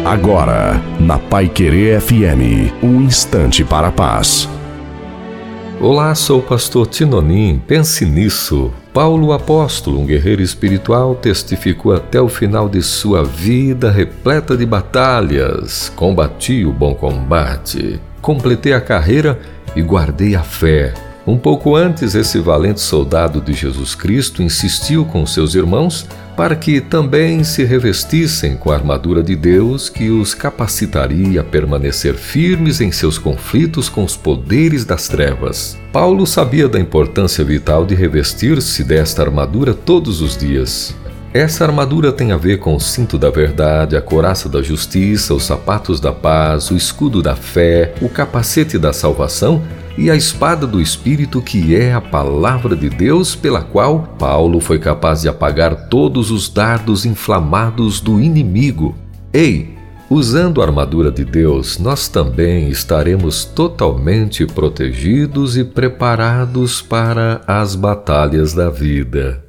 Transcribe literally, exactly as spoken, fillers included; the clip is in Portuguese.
Agora, na Paiquerê F M, um instante para a paz. Olá, sou o pastor Tinonim. Pense nisso. Paulo apóstolo, um guerreiro espiritual, testificou até o final de sua vida repleta de batalhas. Combati o bom combate, completei a carreira e guardei a fé. Um pouco antes, esse valente soldado de Jesus Cristo insistiu com seus irmãos para que também se revestissem com a armadura de Deus que os capacitaria a permanecer firmes em seus conflitos com os poderes das trevas. Paulo sabia da importância vital de revestir-se desta armadura todos os dias. Essa armadura tem a ver com o cinto da verdade, a couraça da justiça, os sapatos da paz, o escudo da fé, o capacete da salvação e a espada do Espírito, que é a palavra de Deus, pela qual Paulo foi capaz de apagar todos os dardos inflamados do inimigo. Ei, usando a armadura de Deus, nós também estaremos totalmente protegidos e preparados para as batalhas da vida.